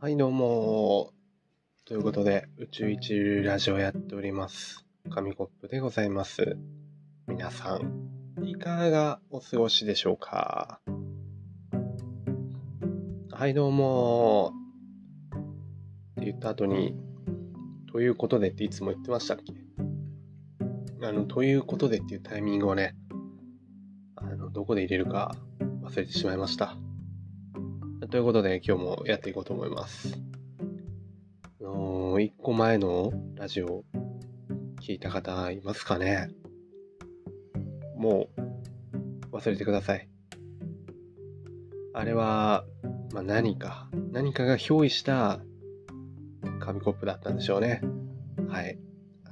はい、どうも。ということで、宇宙一流ラジオやっております。紙コップでございます。皆さん、いかがお過ごしでしょうか？はい、どうも。って言った後に、ということでっていつも言ってましたっけ？ということでっていうタイミングをね、どこで入れるか忘れてしまいました。ということで、今日もやっていこうと思います。一個前のラジオ聞いた方いますかね？もう忘れてください。あれは、何かが憑依した紙コップだったんでしょうね。はい。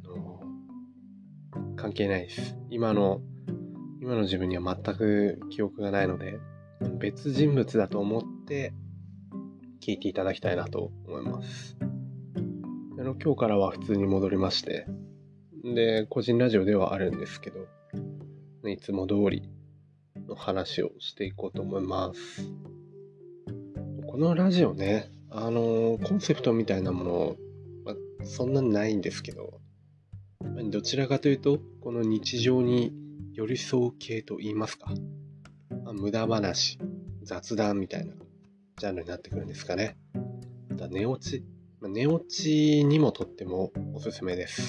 関係ないです。今の自分には全く記憶がないので、別人物だと思って聞いていただきたいなと思います。今日からは普通に戻りまして、で、個人ラジオではあるんですけど、いつも通りの話をしていこうと思います。このラジオね、コンセプトみたいなもの、そんなにないんですけど、どちらかというと、この日常に寄り添う系と言いますか、無駄話、雑談みたいなジャンルになってくるんですかね。また寝落ち、寝落ちにもとってもおすすめです。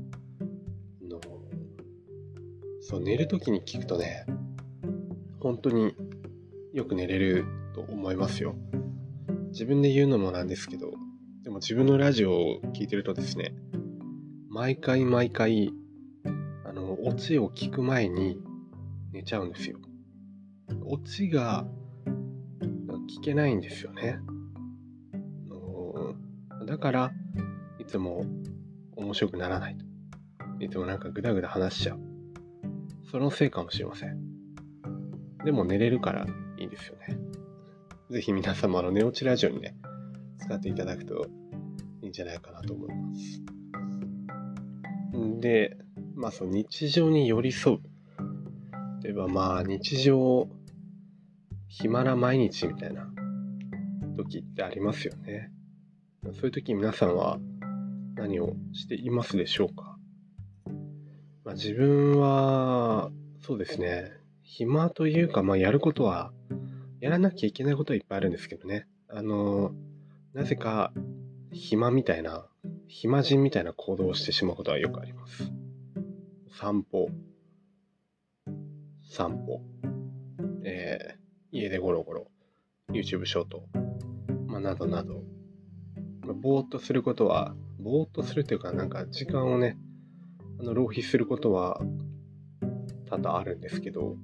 そう、寝るときに聞くとね、本当によく寝れると思いますよ。自分で言うのもなんですけど、でも自分のラジオを聞いてるとですね、毎回オチを聞く前に寝ちゃうんですよ。オチが聞けないんですよね。だから、いつも面白くならないと。いつもなんかグダグダ話しちゃう。そのせいかもしれません。でも寝れるからいいですよね。ぜひ皆様の寝落ちラジオにね、使っていただくといいんじゃないかなと思います。で、その日常に寄り添う。例えば日常、暇な毎日みたいな時ってありますよね。そういう時皆さんは何をしていますでしょうか？自分は、そうですね。暇というか、やることは、やらなきゃいけないことはいっぱいあるんですけどね。なぜか、暇人みたいな行動をしてしまうことはよくあります。散歩、散歩、家でゴロゴロ、YouTube ショート、などなど、ぼーっとすることは、ぼーっとするというか、なんか時間をね、浪費することは多々あるんですけど、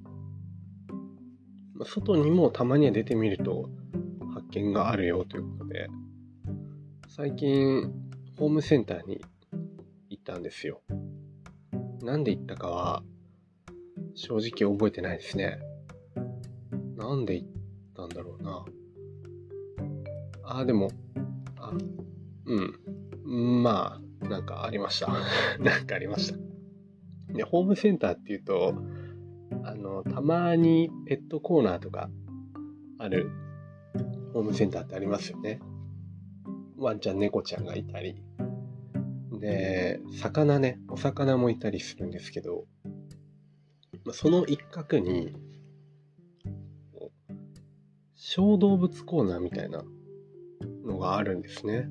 外にもたまには出てみると発見があるよということで、最近ホームセンターに行ったんですよ。なんで行ったかは正直覚えてないですね。なんで行ったんだろうな。でも、あ、なんかありました。なんかありました。で、ホームセンターっていうと、たまにペットコーナーとかあるホームセンターってありますよね。ワンちゃん、猫ちゃんがいたり。で、お魚もいたりするんですけど、その一角に、小動物コーナーみたいなのがあるんですね。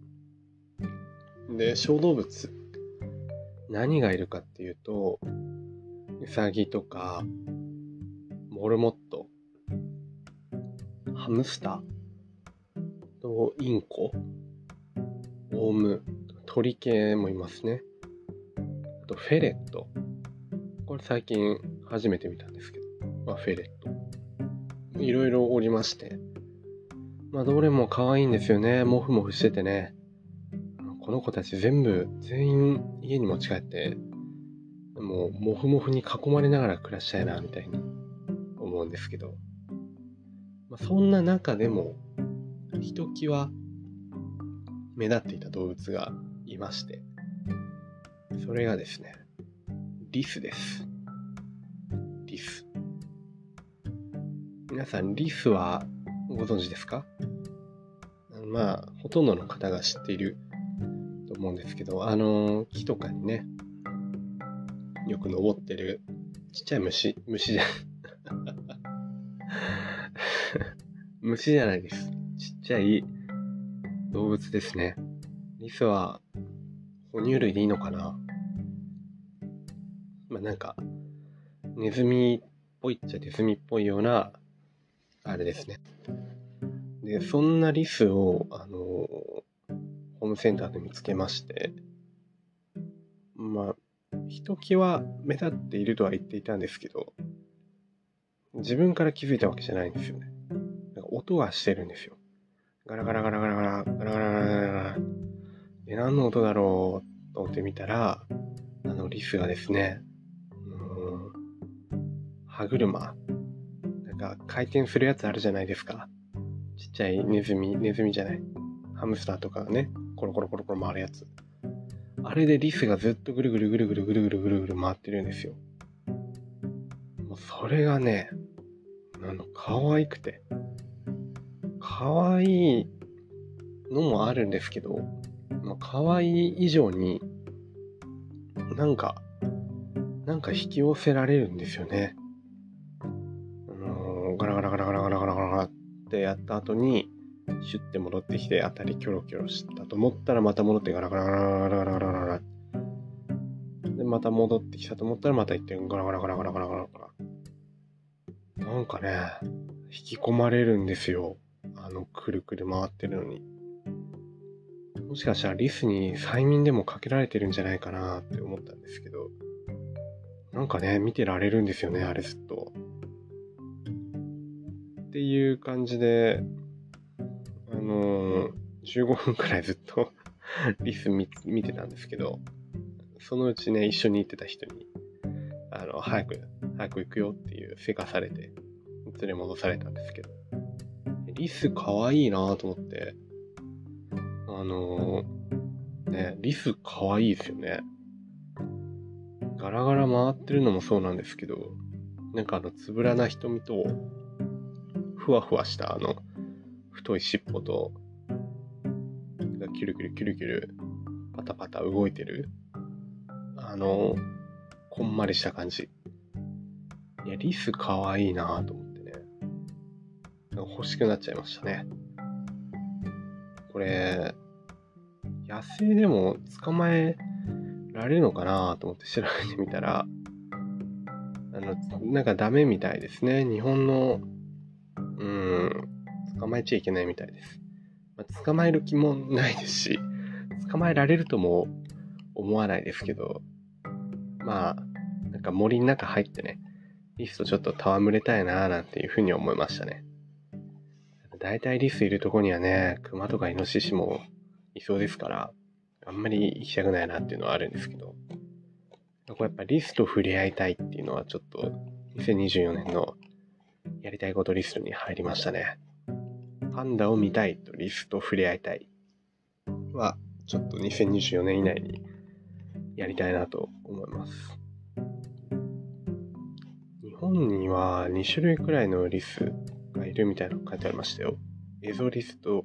で、小動物、何がいるかっていうと、ウサギとか、モルモット、ハムスターとインコ、オウム、鳥系もいますね。あとフェレット。これ最近初めて見たんですけど、フェレット。いろいろおりまして。どれも可愛いんですよね。モフモフしててね。この子たち全員家に持ち帰って、もうモフモフに囲まれながら暮らしたいな、みたいに思うんですけど。そんな中でも、ひときわ目立っていた動物がいまして、それがですね、リスです。リス。皆さん、リスはご存知ですか？ ほとんどの方が知っていると思うんですけど、木とかにね、よく登ってるちっちゃい虫じゃ虫じゃないです。ちっちゃい動物ですね。リスは哺乳類でいいのかな。ネズミっぽいっちゃネズミっぽいようなあれですね。で、そんなリスをホームセンターで見つけまして、ひときわ目立っているとは言っていたんですけど、自分から気づいたわけじゃないんですよね。音がしてるんですよ。ガラガラガラガラガラガラガラガラガラガラ。で、何の音だろうと思ってみたら、リスがですね、歯車、回転するやつあるじゃないですか。ちっちゃいネズミじゃない。ハムスターとかがね、コロコロコロコロ回るやつ。あれでリスがずっとぐるぐるぐるぐるぐるぐるぐるぐる回ってるんですよ。もうそれがね、可愛くて。可愛いのもあるんですけど、可愛い以上に、なんか引き寄せられるんですよね。ガラガラガラガラガラガラガラってやった後に、シュッて戻ってきて、あたりキョロキョロしたと思ったら、また戻ってガラガラガラガラガラガラガラ。で、また戻ってきたと思ったら、また行ってガラガラガラガラガラガラガラ。引き込まれるんですよ。くるくる回ってるのに。もしかしたらリスに催眠でもかけられてるんじゃないかなって思ったんですけど、見てられるんですよね、あれずっと。っていう感じで、15分くらいずっとリス見てたんですけど、そのうちね、一緒に行ってた人に、早く行くよっていうせかされて、連れ戻されたんですけど、リスかわいいなと思って、リスかわいいですよね。ガラガラ回ってるのもそうなんですけど、つぶらな瞳と、ふわふわした太い尻尾と、キュルキュルキュルキュル、パタパタ動いてる、こんまりした感じ。いや、リスかわいいなと思ってね。欲しくなっちゃいましたね。これ、野生でも捕まえられるのかなと思って調べてみたら、ダメみたいですね。日本の、捕まえちゃいけないみたいです。捕まえる気もないですし、捕まえられるとも思わないですけど、森の中入ってね、リスとちょっと戯れたいなーなんていうふうに思いましたね。だいたいリスいるとこにはね、クマとかイノシシもいそうですから、あんまり行きたくないなっていうのはあるんですけど、これやっぱリスと触れ合いたいっていうのはちょっと2024年のやりたいことリストに入りましたね。パンダを見たいとリスと触れ合いたいはちょっと2024年以内にやりたいなと思います。日本には2種類くらいのリスがいるみたいなの書いてありましたよ。エゾリスと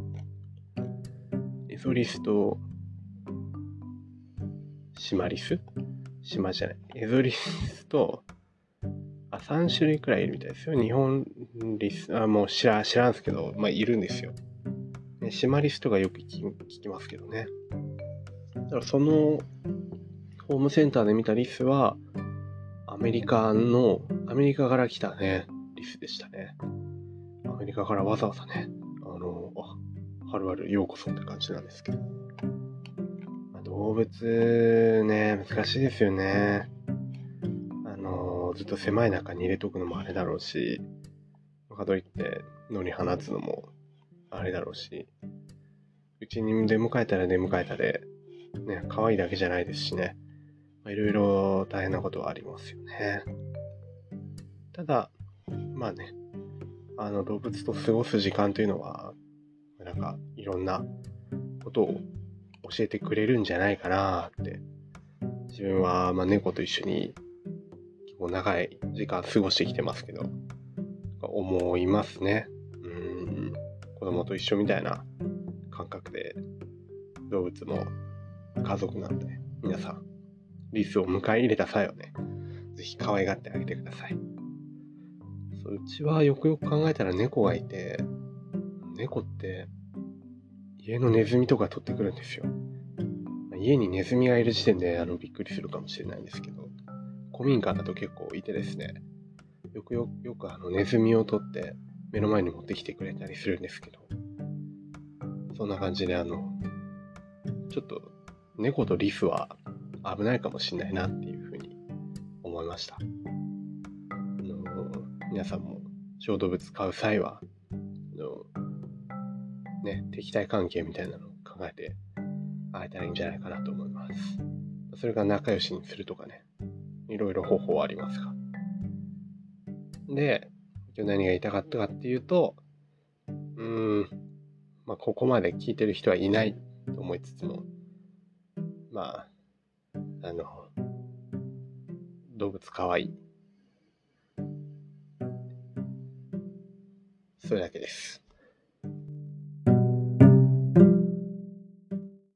シマリスじゃない。エゾリスと3種類くらいいるみたいですよ。日本リス、もう知らんすけど、いるんですよ。シマリスとかよく聞きますけどね。だからそのホームセンターで見たリスは、アメリカから来たね、リスでしたね。アメリカからわざわざね、はるばるようこそって感じなんですけど。動物ね、難しいですよね。ずっと狭い中に入れとくのもあれだろうし、かといって野に放つのもあれだろうし、うちに出迎えたら出迎えたで、ね、可愛いだけじゃないですしね、いろいろ大変なことはありますよね。ただ、動物と過ごす時間というのは、いろんなことを教えてくれるんじゃないかなって、自分は猫と一緒に結構長い時間過ごしてきてますけど、思いますね。子供と一緒みたいな感覚で、動物も家族なので、皆さん、リスを迎え入れた際はね、ぜひ可愛がってあげてください。うちはよくよく考えたら猫がいて、猫って家のネズミとか取ってくるんですよ。家にネズミがいる時点でびっくりするかもしれないんですけど、古民家だと結構いてですね、よくネズミを取って目の前に持ってきてくれたりするんですけど、そんな感じでちょっと猫とリスは危ないかもしれないなっていうふうに思いました。皆さんも小動物飼う際は敵対関係みたいなのを考えてあえたらいいんじゃないかなと思います。それが仲良しにするとかね、いろいろ方法はありますが。で、今日何が言いたかったかっていうと、ここまで聞いてる人はいないと思いつつも、動物かわいい。それだけです。